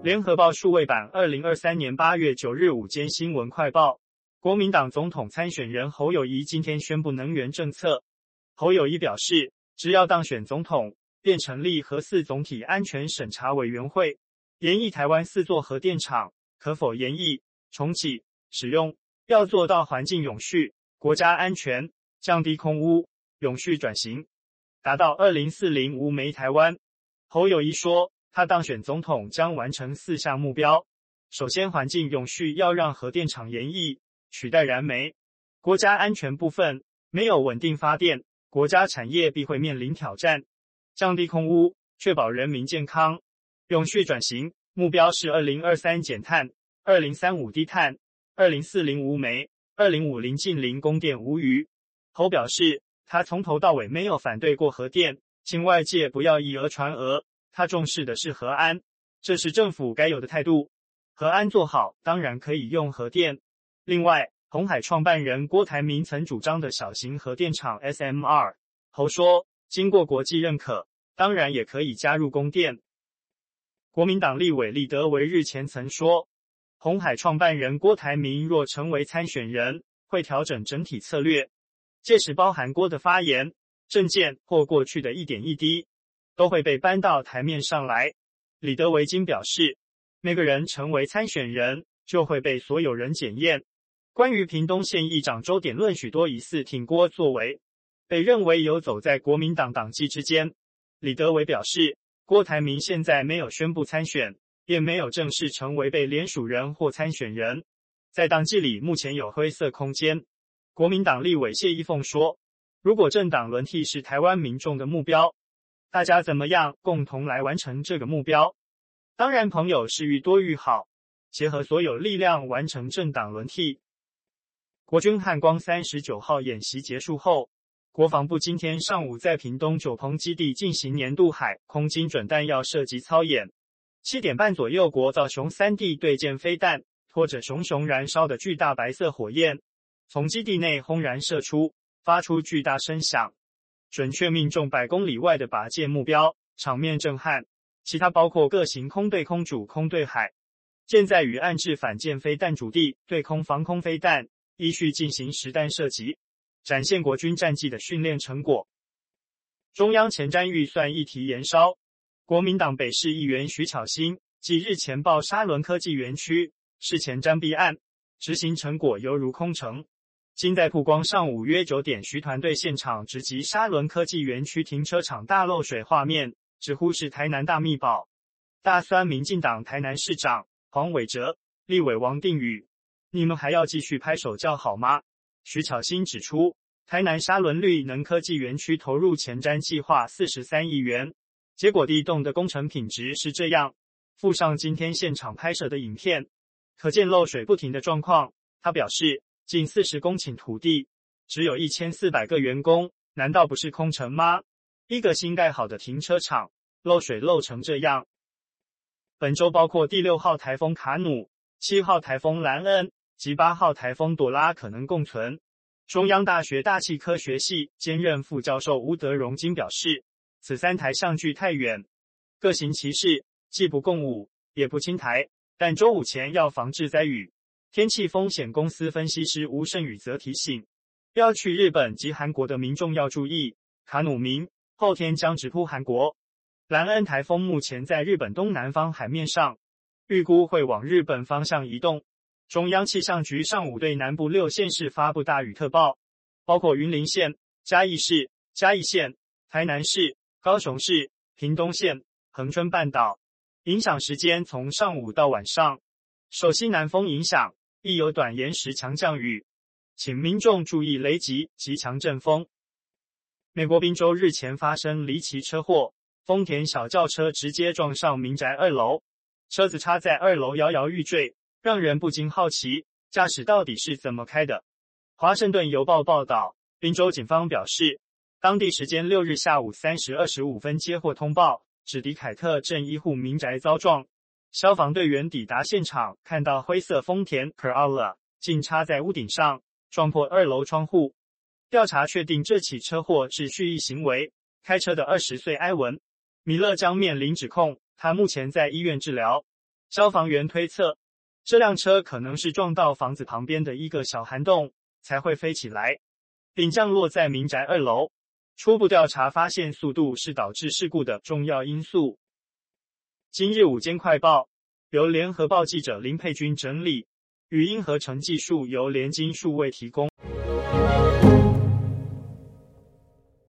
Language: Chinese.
联合报数位版2023年8月9日午间新闻快报，国民党总统参选人侯友宜今天宣布能源政策。侯友宜表示，只要当选总统，便成立核四总体安全审查委员会，研议台湾4座核电厂可否延役、重启、使用，要做到环境永续、国家安全、降低空污、永续转型，达到2040无煤台湾。侯友宜说，他当选总统将完成4项目标。首先，环境永续要让核电厂延役，取代燃煤。国家安全部分，没有稳定发电，国家产业必会面临挑战。降低空污，确保人民健康。永续转型，目标是2023减碳，2035低碳，2040无煤，2050近零供电无虞。侯表示，他从头到尾没有反对过核电，请外界不要以讹传讹。他重视的是核安，这是政府该有的态度。核安做好，当然可以用核电。另外，鸿海创办人郭台铭曾主张的小型核电厂 SMR， 侯说，经过国际认可，当然也可以加入供电。国民党立委李德维日前曾说，鸿海创办人郭台铭若成为参选人，会调整整体策略。届时包含郭的发言、政见或过去的一点一滴，都会被搬到台面上来。李德维今表示，每个人成为参选人，就会被所有人检验。关于屏东县议长周点论许多疑似挺郭作为，被认为游走在国民党党纪之间。李德维表示，郭台铭现在没有宣布参选，也没有正式成为被联署人或参选人，在党纪里目前有灰色空间。国民党立委谢依凤说，如果政党轮替是台湾民众的目标，大家怎么样共同来完成这个目标？当然朋友是愈多愈好，结合所有力量完成政党轮替。国军汉光39号演习结束后，国防部今天上午在屏东九鹏基地进行年度海空精准弹药射击操演。7点半左右，国造熊3地对舰飞弹拖着熊熊燃烧的巨大白色火焰，从基地内轰然射出，发出巨大声响，准确命中100公里外的靶舰目标，场面震撼。其他包括各型空对空主、空对海舰载与岸置反舰飞弹主地、对空防空飞弹，依序进行实弹射击，展现国军战绩的训练成果。中央前瞻预算议题延烧，国民党北市议员徐巧芯继日前报沙仑科技园区事前瞻弊案，执行成果犹如空城。今在曝光上午约9点徐团队现场直击沙仑科技园区停车场大漏水画面，直呼是台南大秘宝。大酸民进党台南市长黄伟哲、立委王定宇，你们还要继续拍手叫好吗？徐巧芯指出，台南沙仑绿能科技园区投入前瞻计划43亿元，结果地洞的工程品质是这样，附上今天现场拍摄的影片，可见漏水不停的状况。他表示，近40公顷土地，只有1400个员工，难道不是空城吗？一个新盖好的停车场，漏水漏成这样。本周包括第6号台风卡努、7号台风兰恩及8号台风朵拉可能共存。中央大学大气科学系兼任副教授吴德荣今表示，此3台相距太远，各行其事，既不共舞，也不侵台，但周5前要防治灾雨。天气风险公司分析师吴胜宇则提醒，要去日本及韩国的民众要注意，卡努明后天将直扑韩国。兰恩台风目前在日本东南方海面上，预估会往日本方向移动。中央气象局上午对南部6县市发布大雨特报，包括云林县、嘉义市、嘉义县、台南市、高雄市、屏东县、恒春半岛，影响时间从上午到晚上，受西南风影响，亦有短延时强降雨，请民众注意雷击及强阵风。美国宾州日前发生离奇车祸，丰田小轿车直接撞上民宅2楼，车子插在2楼摇摇欲坠，让人不禁好奇，驾驶到底是怎么开的。华盛顿邮报报道，宾州警方表示，当地时间6日下午3时25分接获通报，指迪凯特镇一户民宅遭撞。消防队员抵达现场，看到灰色丰田 Corolla 竟插在屋顶上，撞破2楼窗户。调查确定这起车祸是蓄意行为，开车的20岁埃文·米勒将面临指控，他目前在医院治疗。 消防员推测，这辆车可能是撞到房子旁边的一个小涵洞才会飞起来，并降落在民宅2楼。初步调查发现，速度是导致事故的重要因素。今日午间快报由联合报记者林佩君整理，语音合成技术由联经数位提供。